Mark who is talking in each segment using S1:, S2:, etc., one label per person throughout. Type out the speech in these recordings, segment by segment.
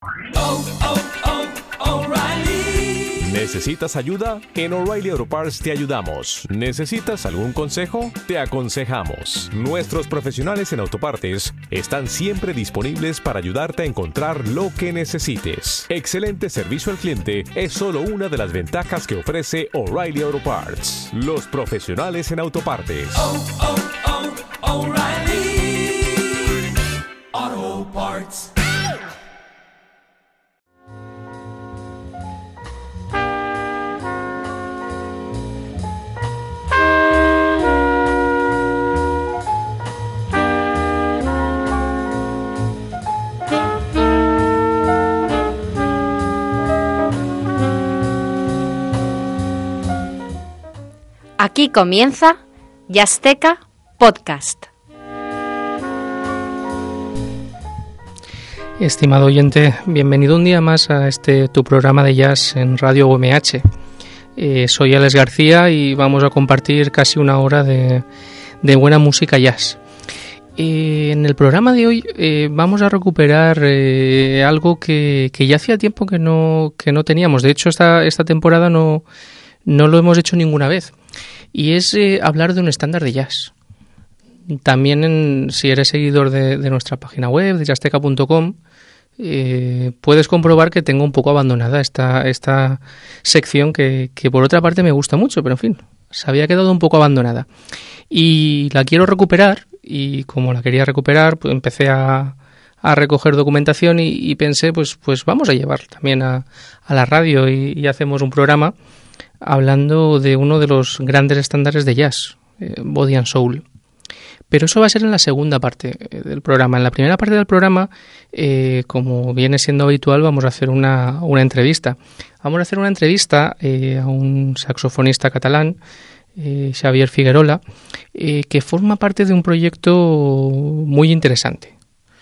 S1: O'Reilly.
S2: ¿Necesitas ayuda? En O'Reilly Auto Parts te ayudamos. ¿Necesitas algún consejo? Te aconsejamos. Nuestros profesionales en autopartes están siempre disponibles para ayudarte a encontrar lo que necesites. Excelente servicio al cliente es solo una de las ventajas que ofrece O'Reilly Auto Parts. Los profesionales en autopartes.
S1: O'Reilly Auto Parts.
S3: Aquí comienza Jazzteca Podcast.
S4: Estimado oyente, bienvenido un día más a tu programa de jazz en Radio UMH. Soy Alex García y vamos a compartir casi una hora de buena música jazz. En el programa de hoy vamos a recuperar algo que ya hacía tiempo que no teníamos. De hecho, esta temporada no lo hemos hecho ninguna vez. Y es hablar de un estándar de jazz. También, si eres seguidor de nuestra página web, de jazzteca.com, puedes comprobar que tengo un poco abandonada esta sección que por otra parte me gusta mucho, pero en fin, se había quedado un poco abandonada. Y la quiero recuperar, y como la quería recuperar, pues empecé a recoger documentación y pensé, pues vamos a llevarla también a la radio y hacemos un programa hablando de uno de los grandes estándares de jazz, Body and Soul. Pero eso va a ser en la segunda parte del programa. En la primera parte del programa, como viene siendo habitual, vamos a hacer una entrevista. Vamos a hacer una entrevista a un saxofonista catalán, Xavier Figuerola, que forma parte de un proyecto muy interesante.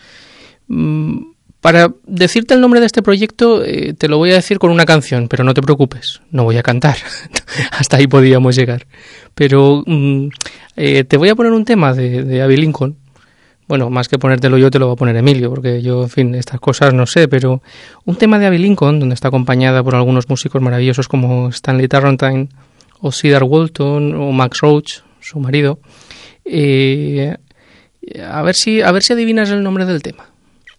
S4: Para decirte el nombre de este proyecto te lo voy a decir con una canción, pero no te preocupes, no voy a cantar. Hasta ahí podíamos llegar. Pero te voy a poner un tema de Abbey Lincoln. Bueno, más que ponértelo yo, te lo va a poner Emilio, porque yo, en fin, estas cosas no sé, pero un tema de Abbey Lincoln, donde está acompañada por algunos músicos maravillosos como Stanley Tarrantine, o Cedar Walton, o Max Roach, su marido. A ver si adivinas el nombre del tema.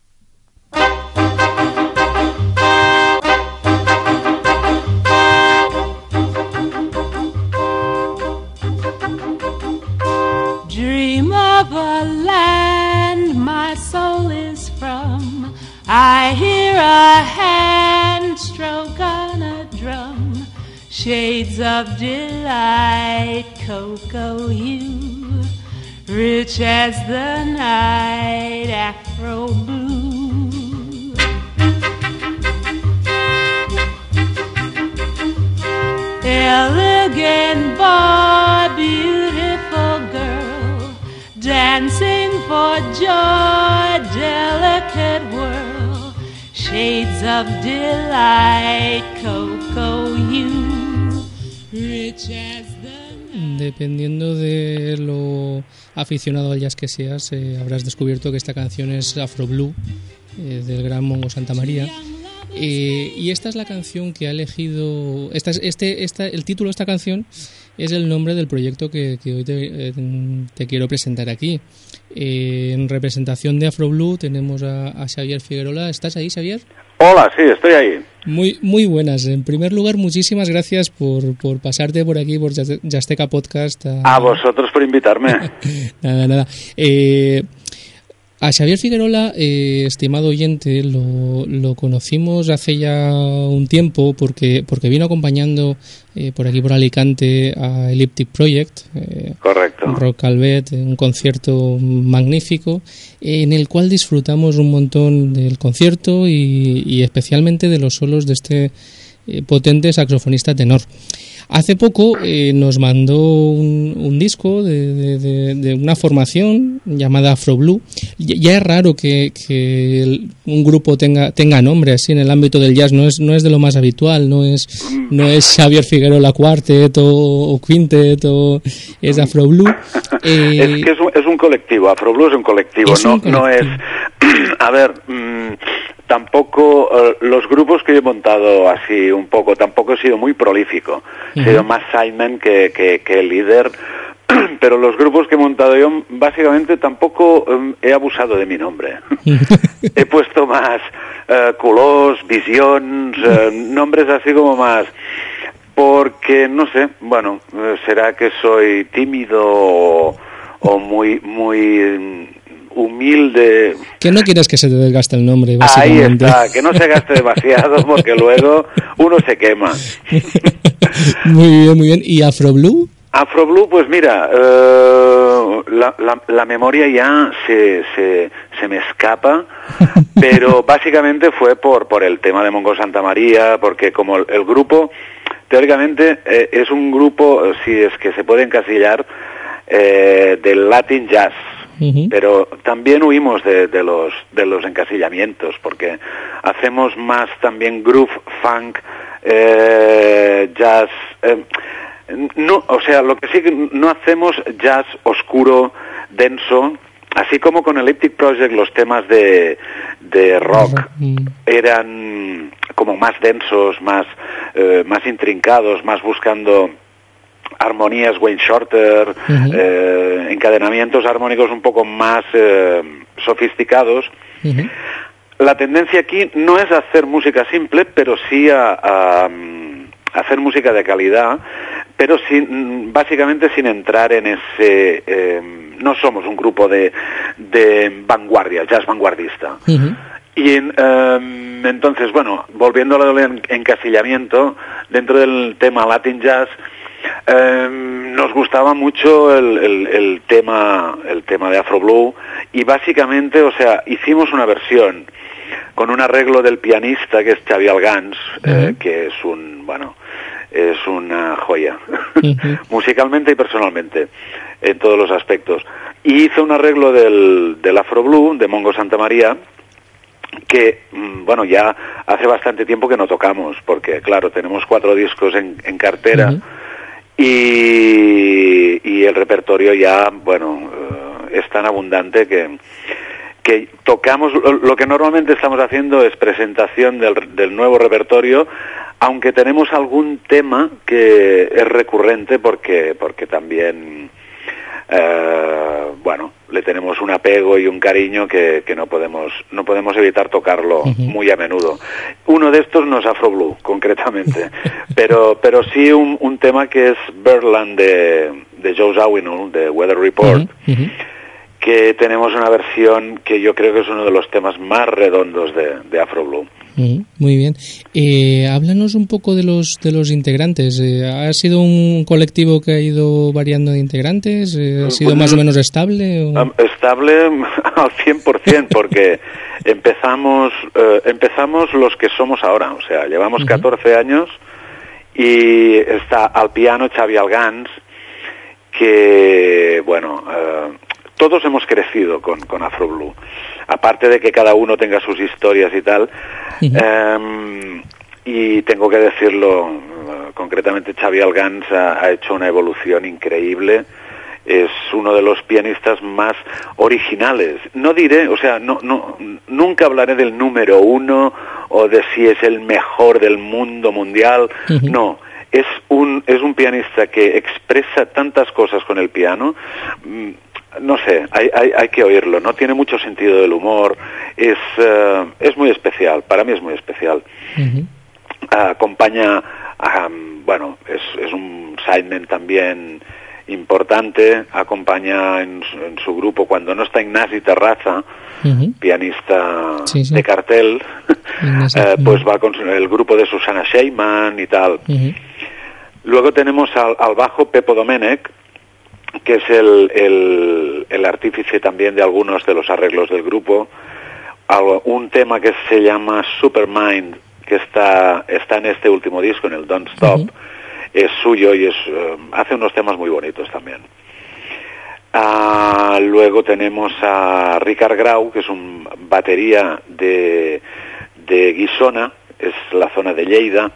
S5: I hear a hand stroke on a drum, shades of delight, cocoa hue, rich as the night, afro blue. Elegant boy, beautiful girl, dancing for joy, delicate world, shades of delight, cocoa hue, rich as the night.
S4: Dependiendo de lo aficionado al jazz que seas, habrás descubierto que esta canción es Afro Blue, del gran Mongo Santamaría. Y esta es la canción que ha elegido. El título de esta canción es el nombre del proyecto que hoy te quiero presentar aquí. En representación de Afro Blue tenemos a Xavier Figuerola. ¿Estás ahí, Xavier?
S6: Hola, sí, estoy ahí.
S4: Muy buenas. En primer lugar, muchísimas gracias por pasarte por aquí, por Jazzteca Podcast.
S6: A vosotros por invitarme.
S4: Nada. A Xavier Figuerola, estimado oyente, lo conocimos hace ya un tiempo porque vino acompañando por aquí por Alicante a Elliptic Project.
S6: Correcto.
S4: Rock Calvet, un concierto magnífico en el cual disfrutamos un montón del concierto y especialmente de los solos de este potente saxofonista tenor. Hace poco nos mandó un disco de una formación llamada Afro Blue. Ya es raro que un grupo tenga nombre así en el ámbito del jazz, no es de lo más habitual, no es Xavier Figuerola Quartet o Quintet, es Afro Blue.
S6: Es que es un colectivo, Afro Blue es un colectivo, no es... A ver... tampoco los grupos que yo he montado así un poco, tampoco he sido muy prolífico. He sido más sideman que el líder, pero los grupos que he montado yo básicamente tampoco he abusado de mi nombre. He puesto más colors, visions, nombres así como más... Porque, no sé, bueno, será que soy tímido o muy humilde.
S4: Que no quieres que se te desgaste el nombre, básicamente.
S6: Ahí está, que no se gaste demasiado porque luego uno se quema.
S4: Muy bien. ¿Y Afroblue?
S6: Afroblue, pues mira, la memoria ya se me escapa, pero básicamente fue por el tema de Mongo Santa María, porque como el grupo, teóricamente, es un grupo, si es que se puede encasillar, del Latin Jazz. Pero también huimos de los encasillamientos, porque hacemos más también groove, funk, jazz... no, o sea, lo que sí que no hacemos jazz oscuro, denso, así como con Elliptic Project los temas de rock eran como más densos, más intrincados, más buscando armonías Wayne Shorter, encadenamientos armónicos un poco más sofisticados. La tendencia aquí no es hacer música simple, pero sí a hacer música de calidad, pero básicamente sin entrar en ese... no somos un grupo de vanguardia, jazz vanguardista. Y entonces, bueno, volviendo a lo del encasillamiento, dentro del tema Latin Jazz, nos gustaba mucho el tema de Afroblue, y básicamente, o sea, hicimos una versión con un arreglo del pianista que es Xavi Algans, que es es una joya, musicalmente y personalmente, en todos los aspectos. Y hizo un arreglo del Afroblue, de Mongo Santa María, que, bueno, ya hace bastante tiempo que no tocamos, porque, claro, tenemos 4 discos en cartera, y el repertorio ya, bueno, es tan abundante que tocamos. Lo que normalmente estamos haciendo es presentación del nuevo repertorio, aunque tenemos algún tema que es recurrente porque también bueno, le tenemos un apego y un cariño que no podemos evitar tocarlo muy a menudo. Uno de estos no es Afroblue, concretamente, pero sí un tema que es Birdland de Joe Zawinul, de Weather Report, que tenemos una versión que yo creo que es uno de los temas más redondos de Afroblue.
S4: Muy bien. Háblanos un poco de los integrantes. ¿Ha sido un colectivo que ha ido variando de integrantes? ¿Ha sido más o menos estable?
S6: Estable al 100%, porque empezamos los que somos ahora. O sea, llevamos 14 años y está al piano Xavi Algans, que, bueno... todos hemos crecido con Afroblue, aparte de que cada uno tenga sus historias y tal, y tengo que decirlo, concretamente Xavi Algans ha hecho una evolución increíble, es uno de los pianistas más originales, no diré, o sea, nunca hablaré del número 1 o de si es el mejor del mundo mundial, no. Es un pianista que expresa tantas cosas con el piano. No sé, hay que oírlo, ¿no? Tiene mucho sentido del humor, es muy especial, para mí es muy especial. Acompaña, bueno, es un sideman también importante, acompaña en su grupo cuando no está Ignasi Terraza, pianista de cartel, pues va con el grupo de Susana Sheyman y tal. Luego tenemos al bajo Pepo Domenech, que es el artífice también de algunos de los arreglos del grupo. Un tema que se llama Supermind, que está en este último disco, en el Don't Stop, es suyo y hace unos temas muy bonitos también. Luego tenemos a Ricard Grau, que es un batería de Guissona, es la zona de Lleida.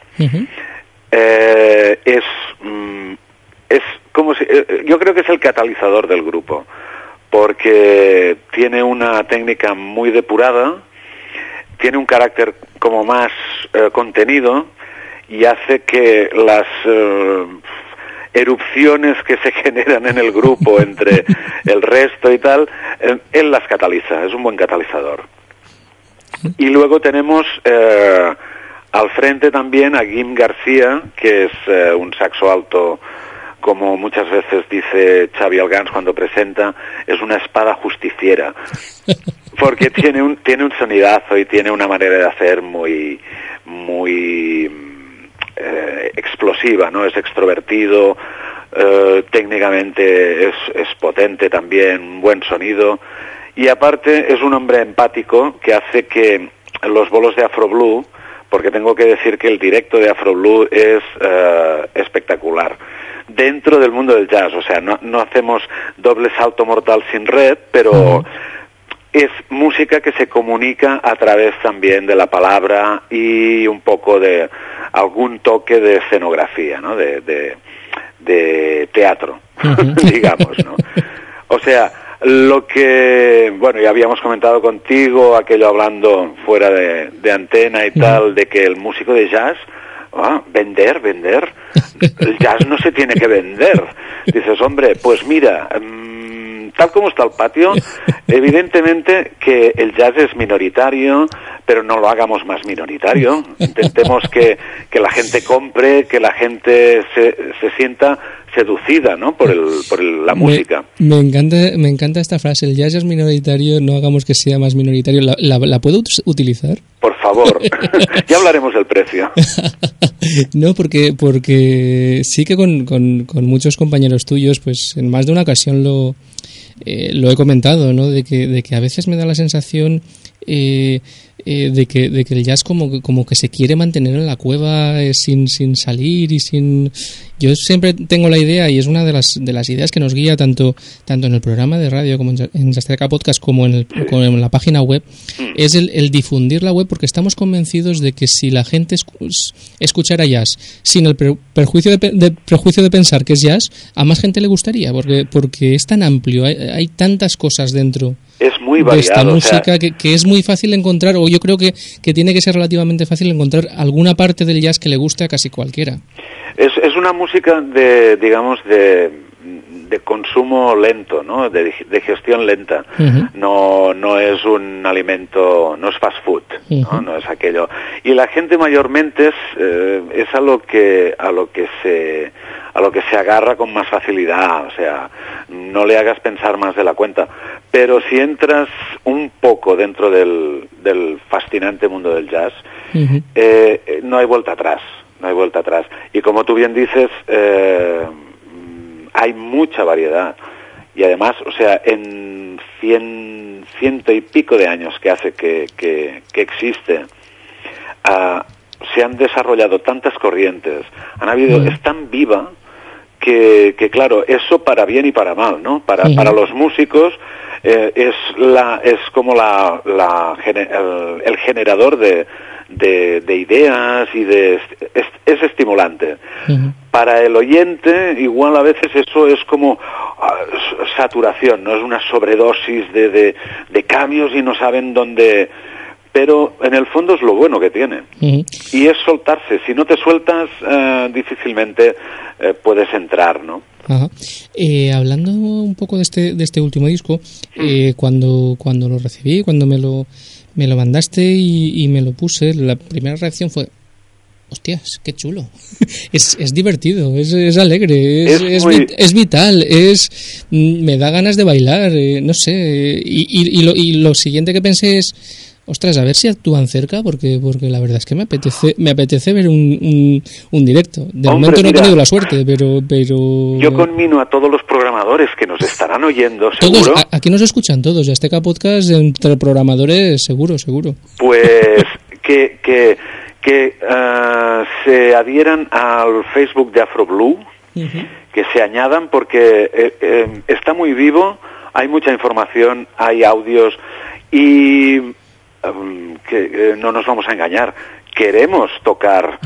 S6: Yo creo que es el catalizador del grupo, porque tiene una técnica muy depurada, tiene un carácter como más contenido y hace que las erupciones que se generan en el grupo entre el resto y tal, él las cataliza, es un buen catalizador. Y luego tenemos al frente también a Guim García, que es un saxo alto, como muchas veces dice Xavi Algans cuando presenta, es una espada justiciera, porque tiene un sonidazo y tiene una manera de hacer muy explosiva, ¿no? Es extrovertido, técnicamente es potente también, un buen sonido, y aparte es un hombre empático que hace que los bolos de Afro Blue, porque tengo que decir que el directo de Afro Blue es espectacular dentro del mundo del jazz, o sea, no hacemos doble salto mortal sin red, pero es música que se comunica a través también de la palabra y un poco de algún toque de escenografía, ¿no? De teatro, digamos, ¿no? O sea, lo que, bueno, ya habíamos comentado contigo, aquello hablando fuera de antena y tal, de que el músico de jazz, vender, el jazz no se tiene que vender. Dices, hombre, pues mira, tal como está el patio, evidentemente que el jazz es minoritario, pero no lo hagamos más minoritario. Intentemos que la gente compre, que la gente se sienta seducida, ¿no? por la música.
S4: Me encanta esta frase, el jazz es minoritario, no hagamos que sea más minoritario. ¿La puedo utilizar?
S6: Por favor, ya hablaremos del precio.
S4: No, porque sí que con muchos compañeros tuyos, pues en más de una ocasión lo he comentado, ¿no? De que a veces me da la sensación de que el jazz como que se quiere mantener en la cueva sin salir y sin... Yo siempre tengo la idea, y es una de las ideas que nos guía tanto en el programa de radio como en Jazteca Podcast como en la página web, es el difundir la web, porque estamos convencidos de que si la gente escuchara jazz sin el prejuicio de pensar que es jazz, a más gente le gustaría, porque es tan amplio, hay tantas cosas dentro.
S6: Es muy variado,
S4: de esta música, o sea, que es muy fácil encontrar, o yo creo que tiene que ser relativamente fácil encontrar alguna parte del jazz que le guste a casi cualquiera.
S6: Es una música de consumo lento, ¿no? De gestión lenta. No es un alimento, no es fast food, ¿no? No es aquello. Y la gente mayormente es a lo que se agarra con más facilidad, o sea, no le hagas pensar más de la cuenta. Pero si entras un poco dentro del fascinante mundo del jazz, no hay vuelta atrás. Y como tú bien dices, hay mucha variedad. Y además, o sea, en ciento y pico de años que hace que existe, se han desarrollado tantas corrientes, es tan viva que claro, eso para bien y para mal, ¿no? Para los músicos es como el generador de ideas y es estimulante. Para el oyente igual a veces eso es como saturación, no es una sobredosis de cambios y no saben dónde, pero en el fondo es lo bueno que tiene. Y es soltarse. Si no te sueltas, difícilmente puedes entrar, ¿no?
S4: Ajá. Hablando un poco de este último disco, cuando lo recibí, cuando me lo mandaste y me lo puse, la primera reacción fue: hostias, qué chulo. Es divertido, es alegre, es vital, me da ganas de bailar, no sé. Y lo siguiente que pensé es: ostras, a ver si actúan cerca, porque la verdad es que me apetece ver un directo. De momento no he tenido la suerte, pero...
S6: Yo conmino a todos los programadores que nos estarán oyendo,
S4: todos,
S6: seguro.
S4: Aquí nos escuchan todos, Jazteca Podcast entre programadores, seguro.
S6: Pues que se adhieran al Facebook de Afro Blue, que se añadan, porque está muy vivo, hay mucha información, hay audios y... que no nos vamos a engañar, queremos tocar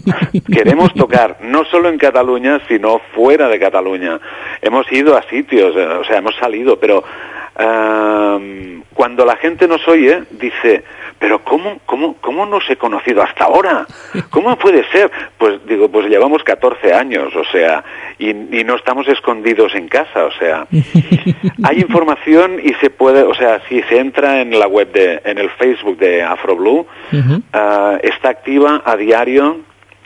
S6: no solo en Cataluña sino fuera de Cataluña. Hemos ido a sitios, o sea, hemos salido, pero cuando la gente nos oye dice: pero ¿cómo no os he conocido hasta ahora? ¿Cómo puede ser? Pues digo, pues llevamos 14 años, o sea, y no estamos escondidos en casa, o sea, hay información y se puede, o sea, si se entra en la web en el Facebook de Afroblue, está activa a diario,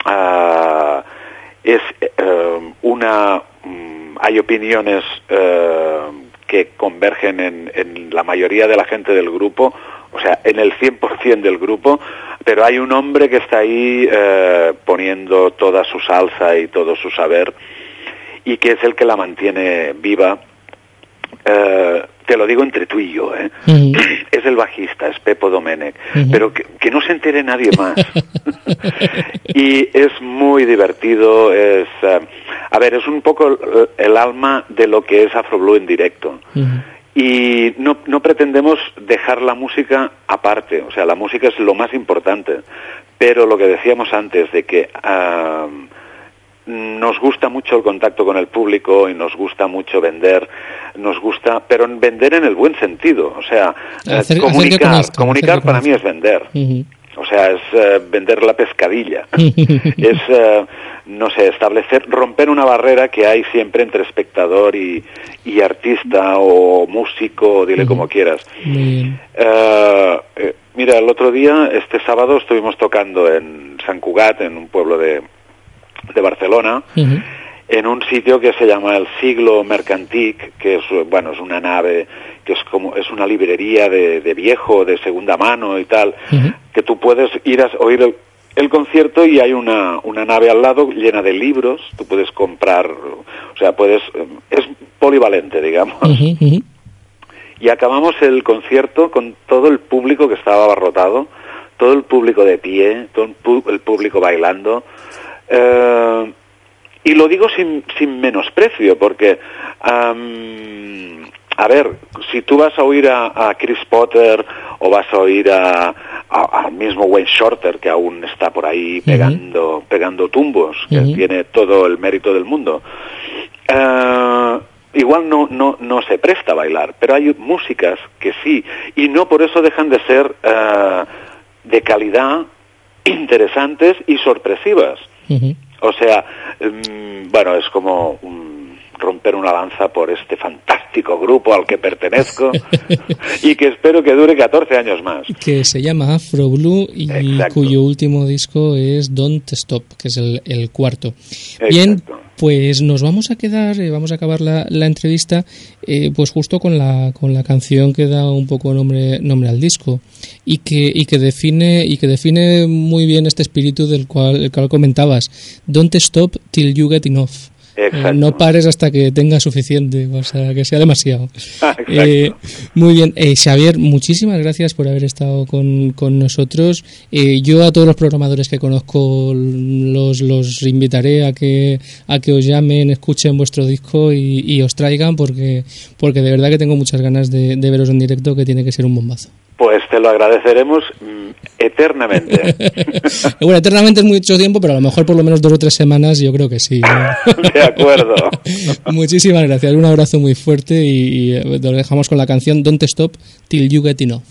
S6: hay opiniones que convergen en la mayoría de la gente del grupo, o sea, en el 100% del grupo, pero hay un hombre que está ahí poniendo toda su salsa y todo su saber, y que es el que la mantiene viva. Te lo digo entre tú y yo, es el bajista, es Pepo Domenech, pero que no se entere nadie más. Y es muy divertido, es un poco el alma de lo que es Afroblue en directo. Y no pretendemos dejar la música aparte, o sea, la música es lo más importante, pero lo que decíamos antes de que nos gusta mucho el contacto con el público y nos gusta mucho vender, pero vender en el buen sentido, o sea, comunicar para mí es vender. O sea, es vender la pescadilla. Es, no sé, romper una barrera que hay siempre entre espectador y artista o músico, dile como quieras. Mira, el otro día, este sábado, estuvimos tocando en Sant Cugat, en un pueblo de Barcelona, en un sitio que se llama el Siglo Mercantic, que es una nave que es una librería de viejo, de segunda mano y tal, que tú puedes ir a oír el concierto y hay una nave al lado llena de libros, tú puedes comprar, o sea, es polivalente, digamos. Y acabamos el concierto con todo el público que estaba abarrotado, todo el público de pie, todo el público bailando. Y lo digo sin menosprecio, porque, a ver, si tú vas a oír a Chris Potter o vas a oír al mismo Wayne Shorter, que aún está por ahí pegando tumbos, que tiene todo el mérito del mundo, igual no se presta a bailar, pero hay músicas que sí, y no por eso dejan de ser de calidad, interesantes y sorpresivas. O sea, es como romper una lanza por este fantástico grupo al que pertenezco y que espero que dure 14 años más.
S4: Que se llama Afroblue y
S6: Exacto.
S4: Cuyo último disco es Don't Stop, que es el cuarto.
S6: Exacto.
S4: Bien, pues nos vamos a quedar, vamos a acabar la entrevista pues justo con la canción que da un poco nombre al disco y que define muy bien este espíritu del cual comentabas. Don't stop till you get enough. No pares hasta que tengas suficiente, o sea, que sea demasiado. Muy bien, Xavier, muchísimas gracias por haber estado con nosotros. Yo a todos los programadores que conozco los invitaré a que os llamen, escuchen vuestro disco y os traigan porque de verdad que tengo muchas ganas de veros en directo, que tiene que ser un bombazo.
S6: Pues te lo agradeceremos eternamente.
S4: Bueno, eternamente es mucho tiempo, pero a lo mejor por lo menos 2 o 3 semanas yo creo que sí, ¿no?
S6: De acuerdo.
S4: Muchísimas gracias, un abrazo muy fuerte y lo dejamos con la canción Don't Stop Till You Get Enough.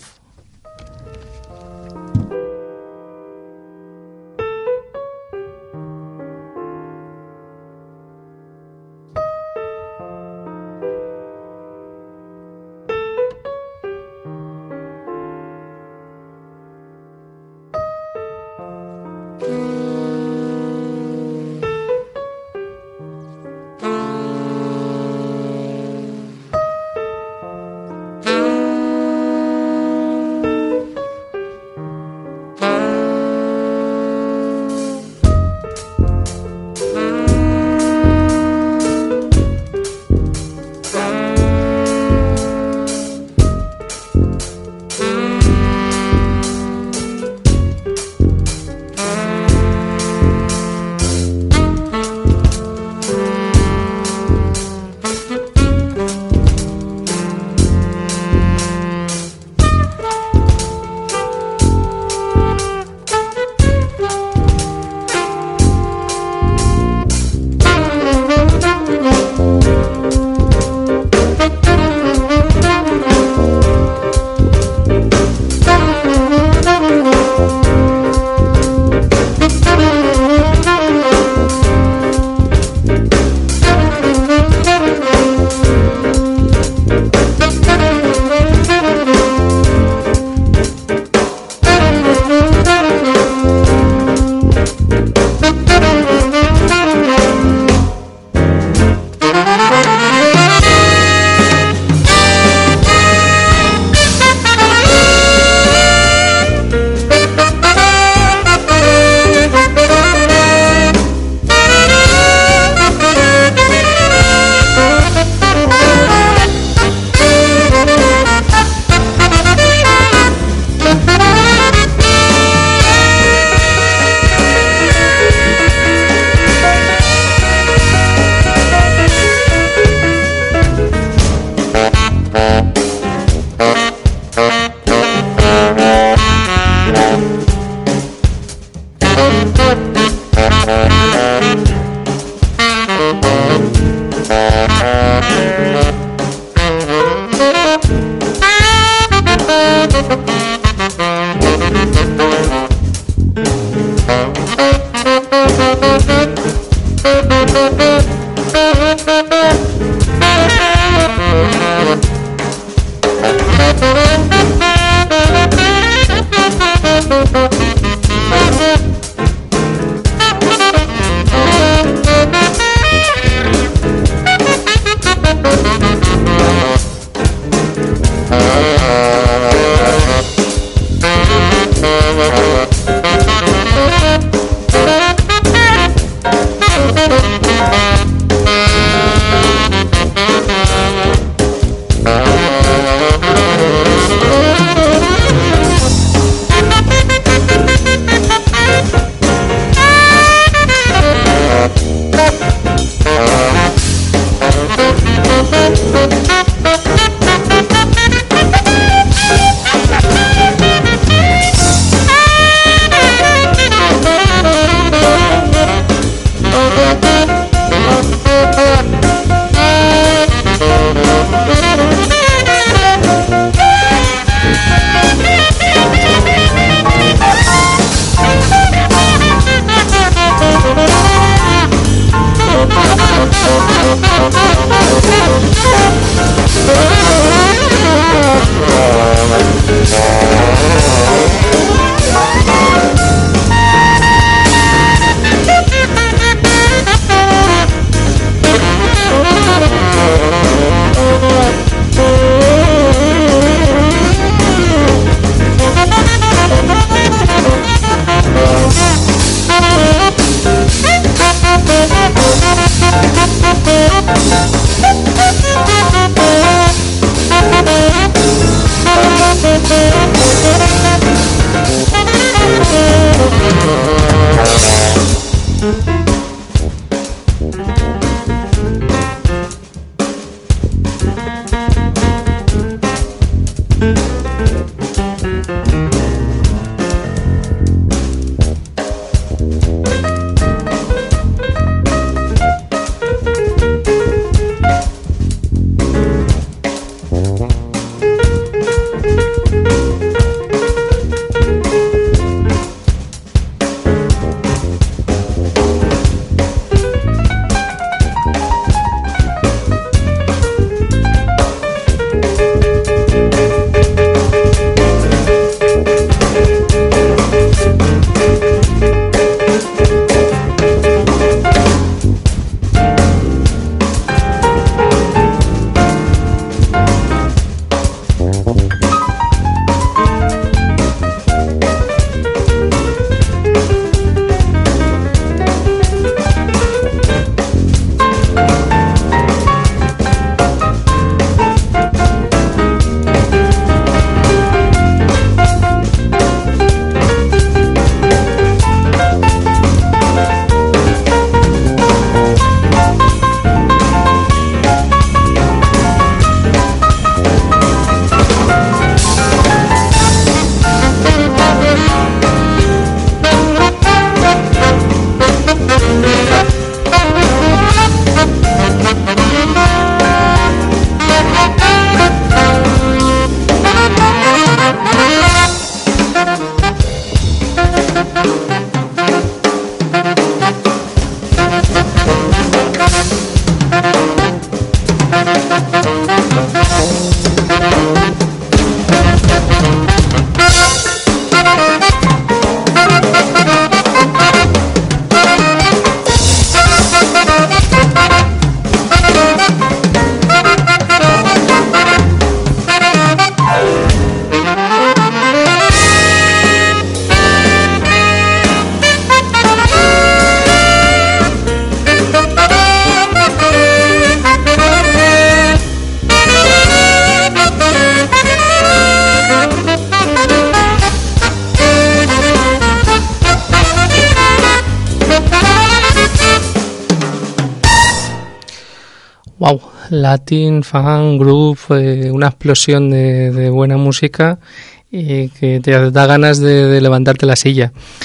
S4: Wow, Latin, funk, groove, una explosión de buena música que te da ganas de levantarte la silla.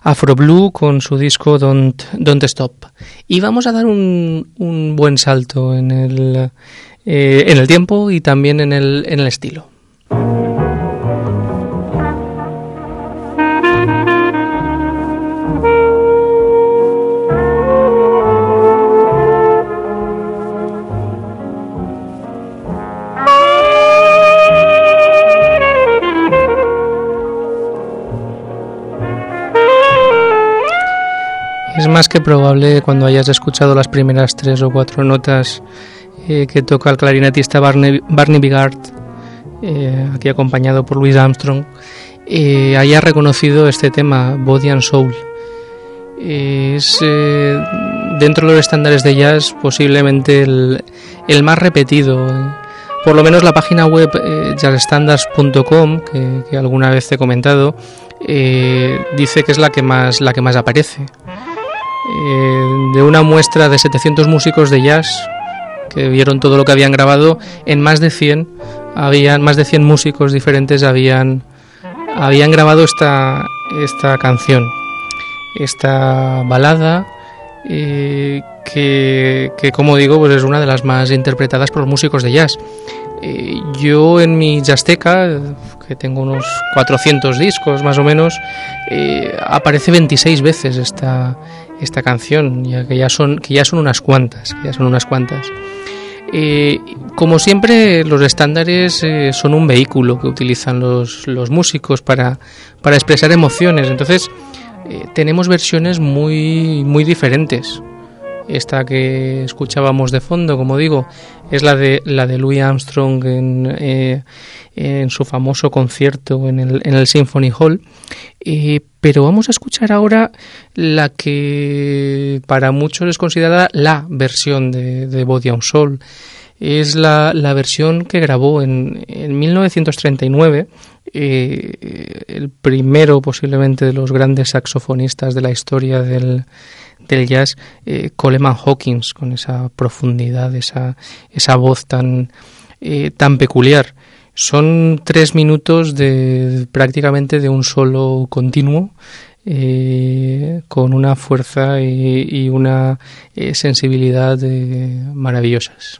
S4: Afro Blue con su disco Don't Stop. Y vamos a dar un buen salto en el tiempo y también en el estilo. Es más que probable, cuando hayas escuchado las primeras 3 o 4 notas que toca el clarinetista Barney Bigard, aquí acompañado por Louis Armstrong, hayas reconocido este tema, Body and Soul. Es dentro de los estándares de jazz posiblemente el más repetido. Por lo menos la página web jazzstandards.com, que alguna vez te he comentado, dice que es la que más aparece. De una muestra de 700 músicos de jazz que vieron todo lo que habían grabado, en más de 100 músicos diferentes habían grabado esta canción, esta balada, que como digo, pues es una de las más interpretadas por los músicos de jazz. Yo en mi Jazzteca, que tengo unos 400 discos más o menos, aparece 26 veces esta canción, ya que ya son unas cuantas. Como siempre, los estándares son un vehículo que utilizan los músicos para expresar emociones. Entonces tenemos versiones muy, muy diferentes. Esta que escuchábamos de fondo, como digo, es la de Louis Armstrong en su famoso concierto en el Symphony Hall. Pero vamos a escuchar ahora la que para muchos es considerada la versión de Body and Soul. Es la versión que grabó en 1939 el primero posiblemente de los grandes saxofonistas de la historia del jazz, Coleman Hawkins, con esa profundidad, esa voz tan peculiar. Son 3 minutos prácticamente de un solo continuo, con una fuerza y una sensibilidad maravillosas.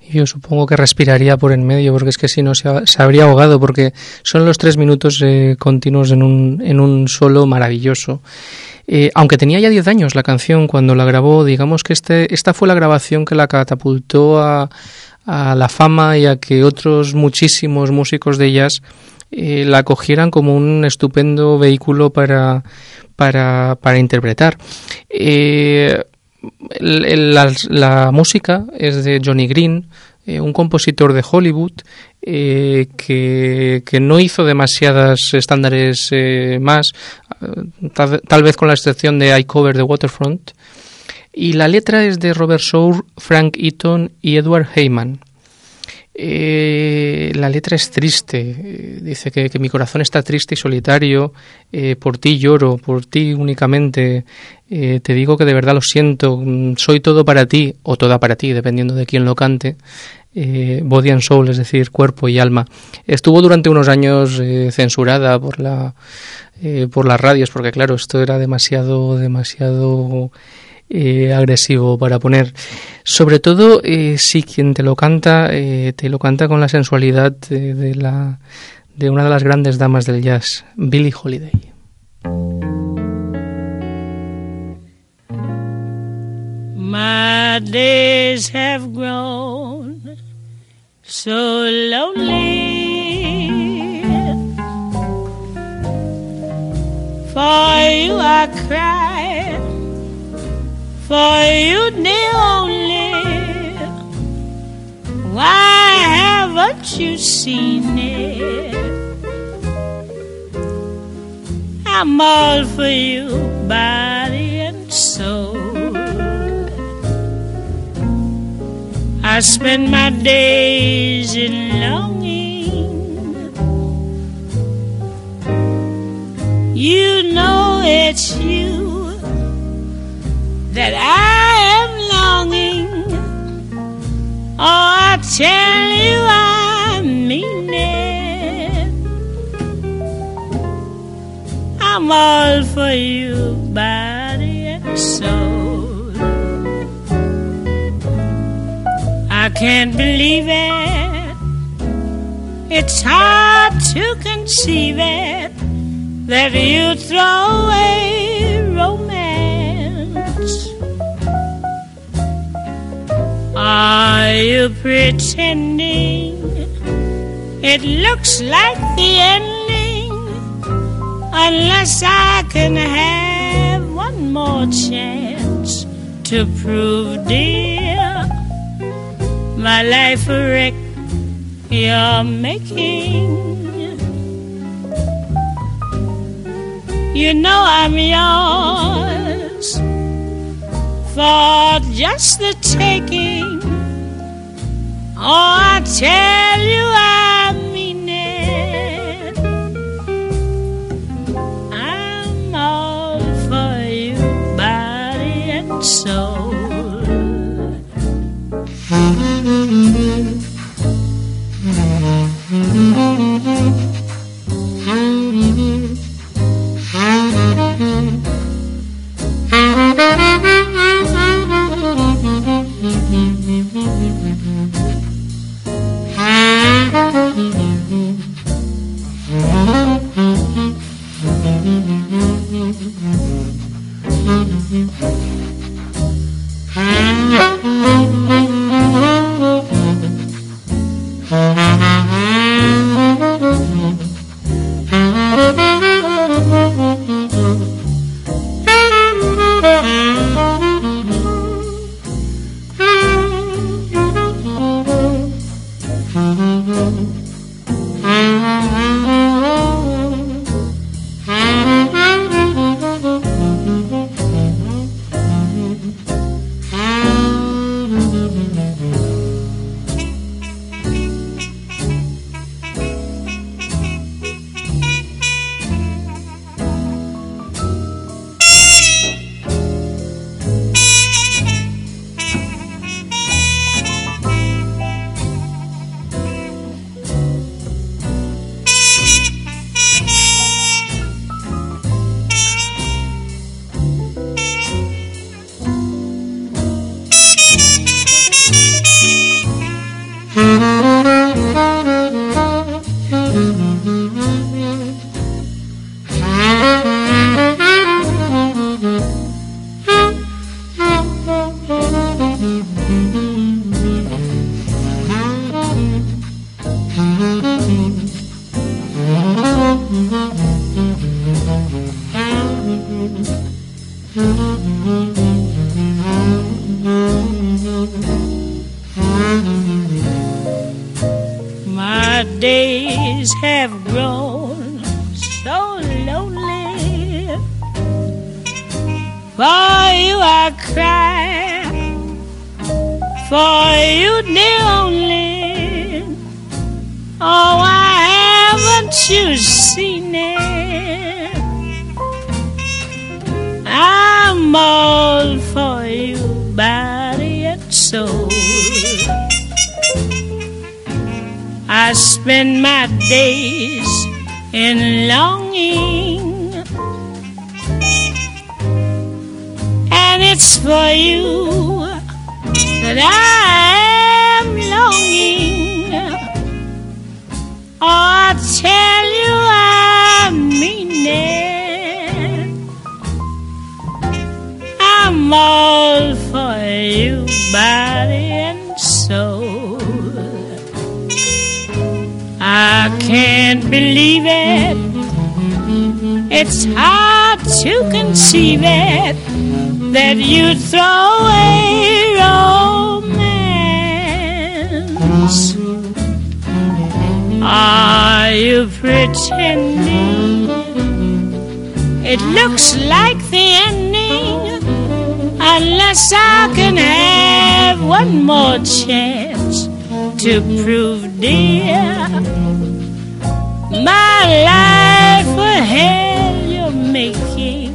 S4: Yo supongo que respiraría por en medio, porque es que si no se habría ahogado, porque son los 3 minutos continuos en un solo maravilloso. Aunque tenía ya 10 años la canción cuando la grabó, digamos que esta fue la grabación que la catapultó a la fama y a que otros muchísimos músicos de jazz la cogieran como un estupendo vehículo para interpretar. La música es de Johnny Green, un compositor de Hollywood que no hizo demasiadas estándares más, tal vez con la excepción de I Cover the Waterfront. Y la letra es de Robert Soule, Frank Eaton y Edward Heyman. La letra es triste, dice que mi corazón está triste y solitario, por ti lloro, por ti únicamente, te digo que de verdad lo siento, soy todo para ti, o toda para ti, dependiendo de quién lo cante, body and soul, es decir, cuerpo y alma. Estuvo durante unos años censurada por las radios, porque claro, esto era demasiado agresivo para poner. Sobre todo si quien te lo canta con la sensualidad de una de las grandes damas del jazz, Billie Holiday.
S5: My days have grown so lonely. For you I cry, for you dear only. Why haven't you seen it? I'm all for you, body and soul. I spend my days in longing. You know it's you that I am longing. Oh, I tell you I mean it. I'm all for you, body and soul. I can't believe it. It's hard to conceive it, that you throw away romance. Are you pretending it looks like the ending? Unless I can have one more chance to prove, dear, my life a wreck you're making. You know I'm yours for just the taking. Oh, I tell you I mean it. I'm all for you, body and soul. For you I cry, for you dear only. Oh, why haven't you seen it? I'm all for you, body and soul. I spend my days in longing, and it's for you that I am longing. Oh, I tell you I mean it. I'm all for you, body and soul. I can't believe it. It's hard to conceive it, that you'd throw away romance. Are you pretending? It looks like the ending, unless I can have one more chance to prove, dear, my life a hell you're making.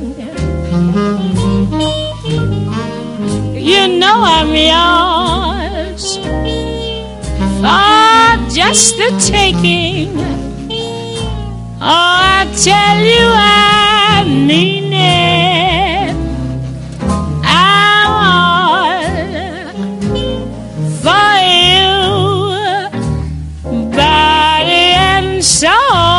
S5: You know I'm yours for just the taking. Oh, I tell you I mean it. I'm all for you, body and soul.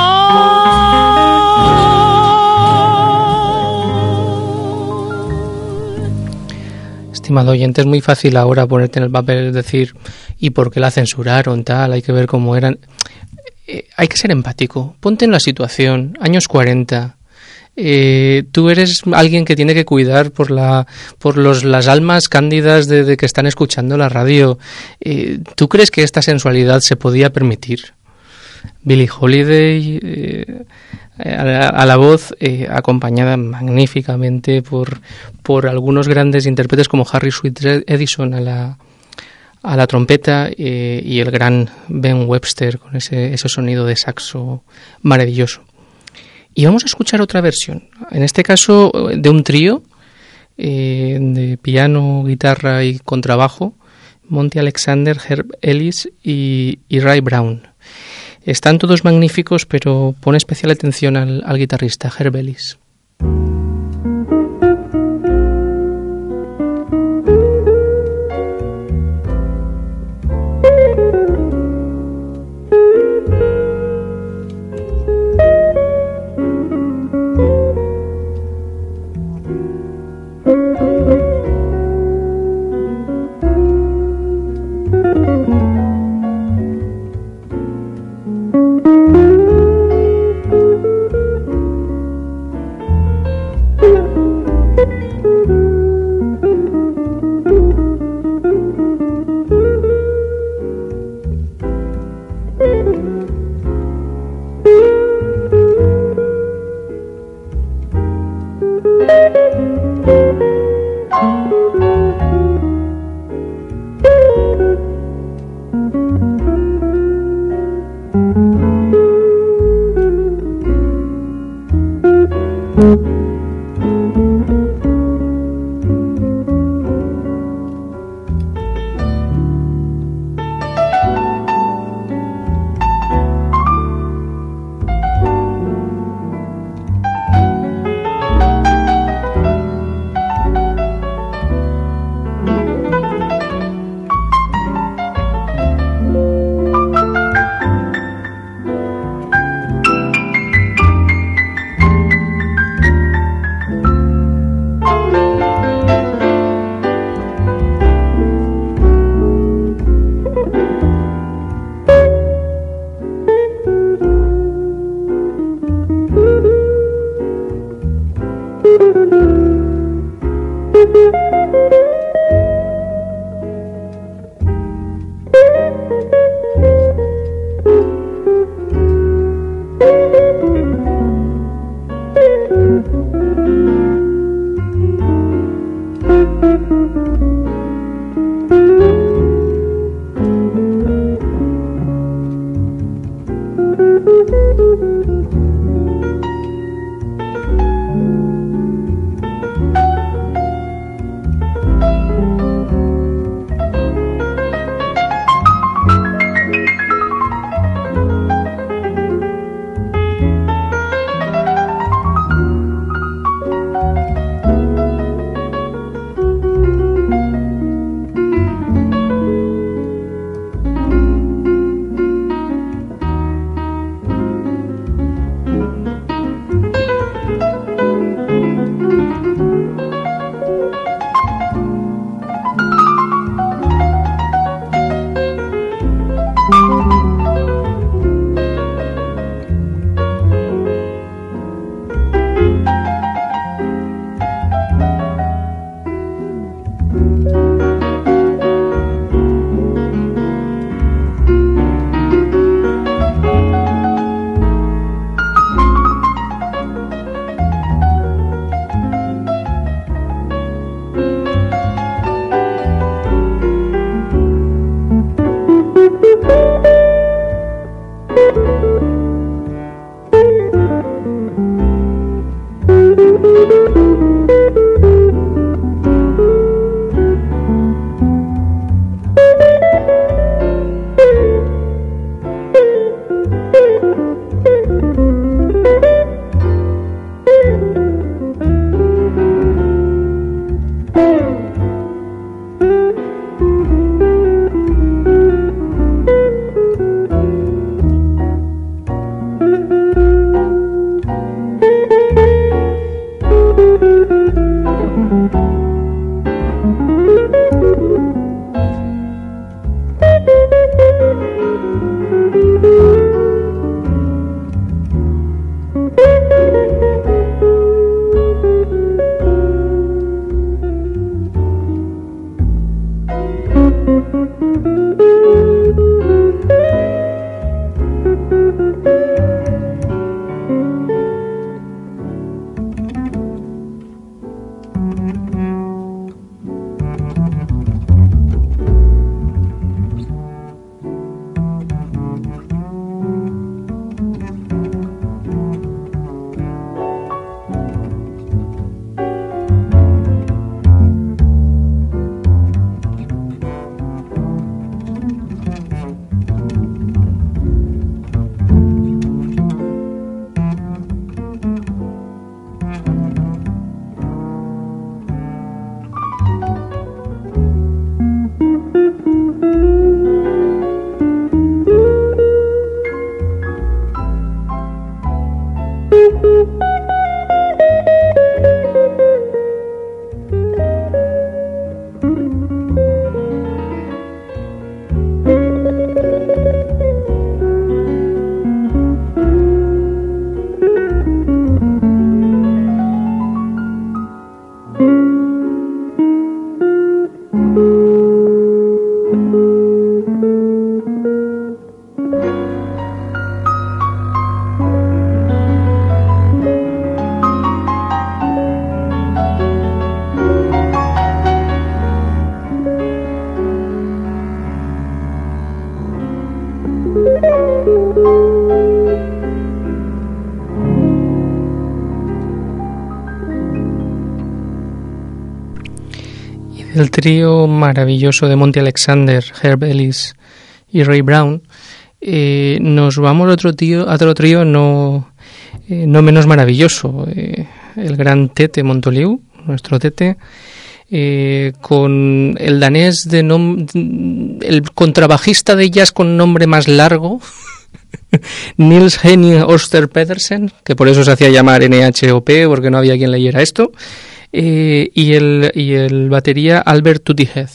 S4: Estimado oyente, es muy fácil ahora ponerte en el papel y decir ¿y por qué la censuraron? Tal, hay que ver cómo eran. Hay que ser empático, ponte en la situación, años 40. Tú eres alguien que tiene que cuidar por las almas cándidas de que están escuchando la radio. ¿Tú crees que esta sensualidad se podía permitir? Billie Holiday a la voz, acompañada magníficamente por algunos grandes intérpretes como Harry Sweet Edison a la trompeta y el gran Ben Webster con ese sonido de saxo maravilloso. Y vamos a escuchar otra versión, en este caso de un trío de piano, guitarra y contrabajo, Monty Alexander, Herb Ellis y Ray Brown. Están todos magníficos, pero pone especial atención al guitarrista Herb Ellis. El trío maravilloso de Monty Alexander, Herb Ellis y Ray Brown, nos vamos a otro trío no menos maravilloso, el gran Tete Montoliu, nuestro Tete, con el danés el contrabajista de jazz con nombre más largo, Niels Henning Ørsted Pedersen, que por eso se hacía llamar NHOP, porque no había quien leyera esto, y el batería Albert Tuttihead.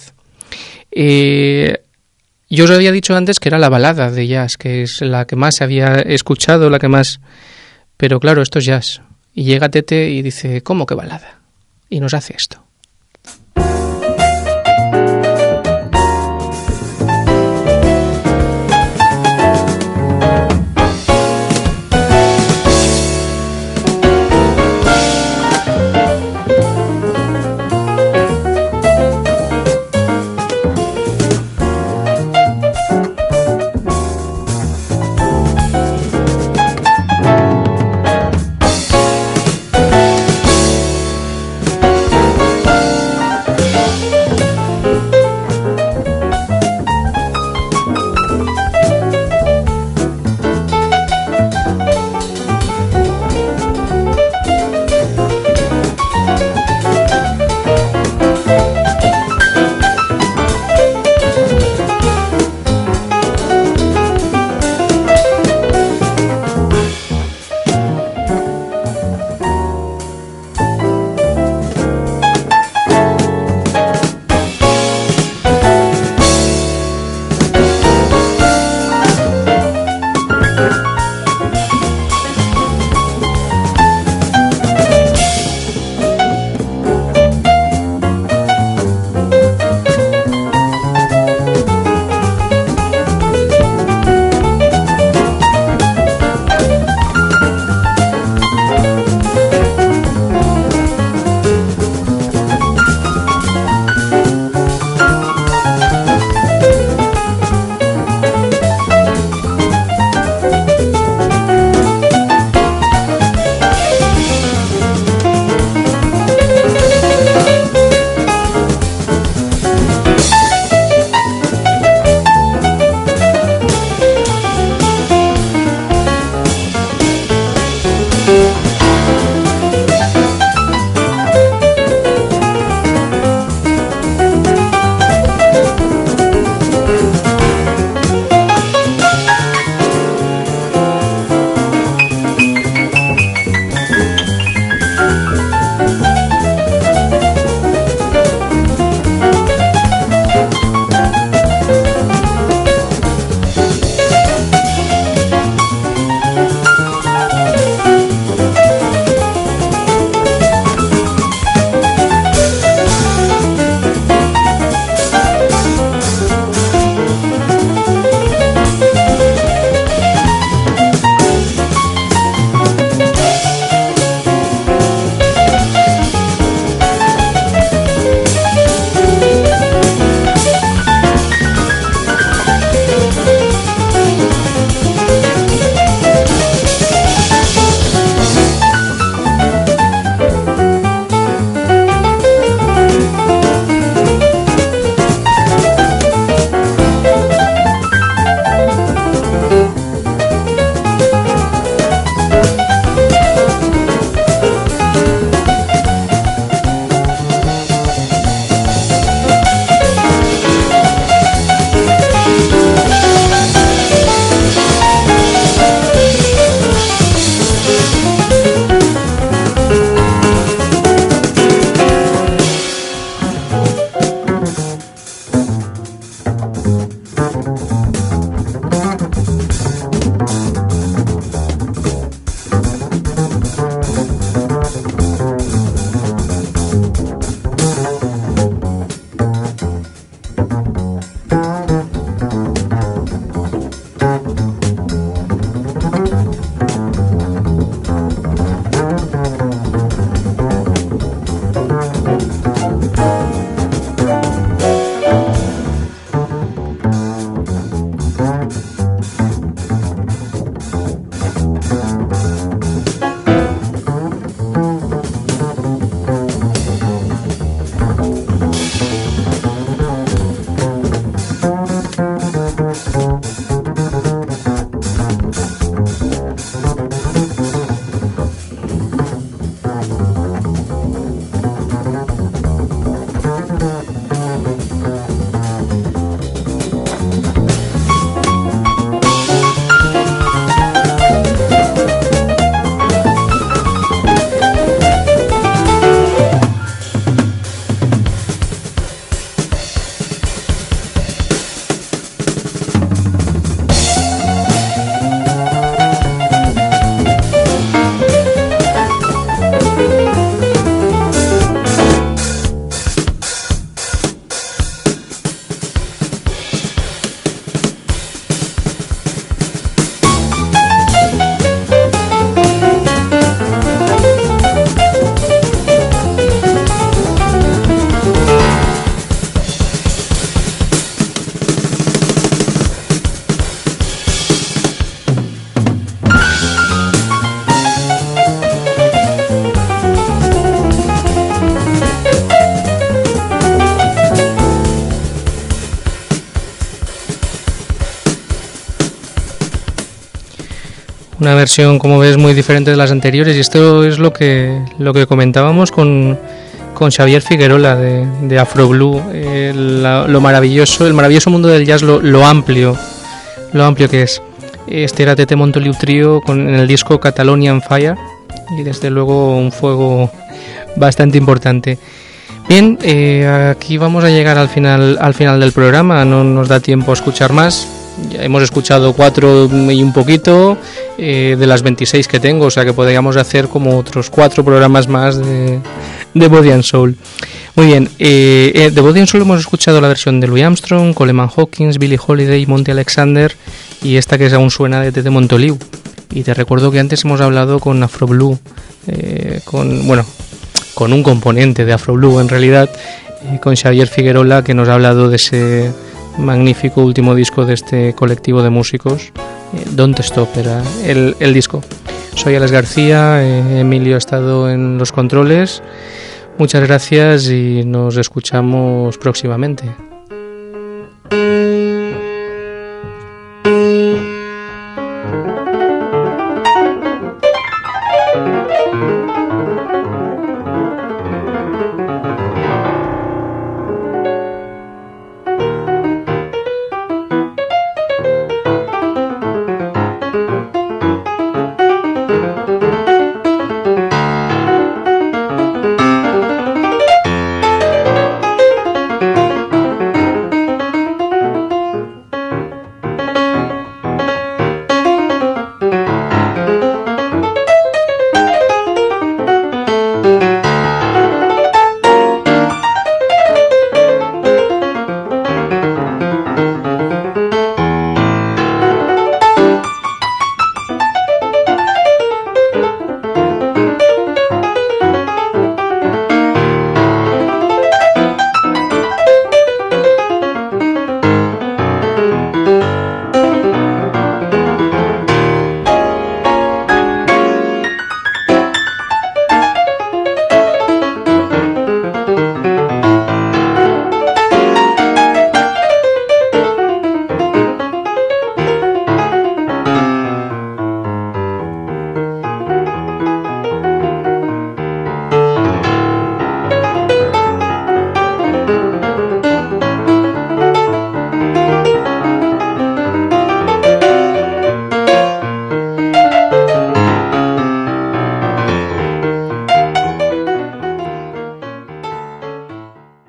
S4: Yo os había dicho antes que era la balada de jazz, que es la que más se había escuchado, la que más... Pero claro, esto es jazz. Y llega Tete y dice, ¿cómo que balada? Y nos hace esto. Una versión, como ves, muy diferente de las anteriores, y esto es lo que comentábamos con Xavier Figuerola de Afroblue, el maravilloso mundo del jazz, lo amplio que es. Este era Tete Montoliu Trio en el disco Catalonian Fire, y desde luego un fuego bastante importante. Bien, aquí vamos a llegar al final del programa, no nos da tiempo a escuchar más. Ya hemos escuchado 4 y un poquito de las 26 que tengo, o sea que podríamos hacer como otros 4 programas más de Body and Soul. Muy bien, de Body and Soul hemos escuchado la versión de Louis Armstrong, Coleman Hawkins, Billie Holiday, Monty Alexander, y esta que aún suena de Tete Montoliu. Y te recuerdo que antes hemos hablado con Afroblue, con un componente de Afroblue en realidad, con Xavier Figuerola, que nos ha hablado de ese magnífico último disco de este colectivo de músicos, Don't Stop era el disco. Soy Alex García, Emilio ha estado en los controles. Muchas gracias y nos escuchamos próximamente.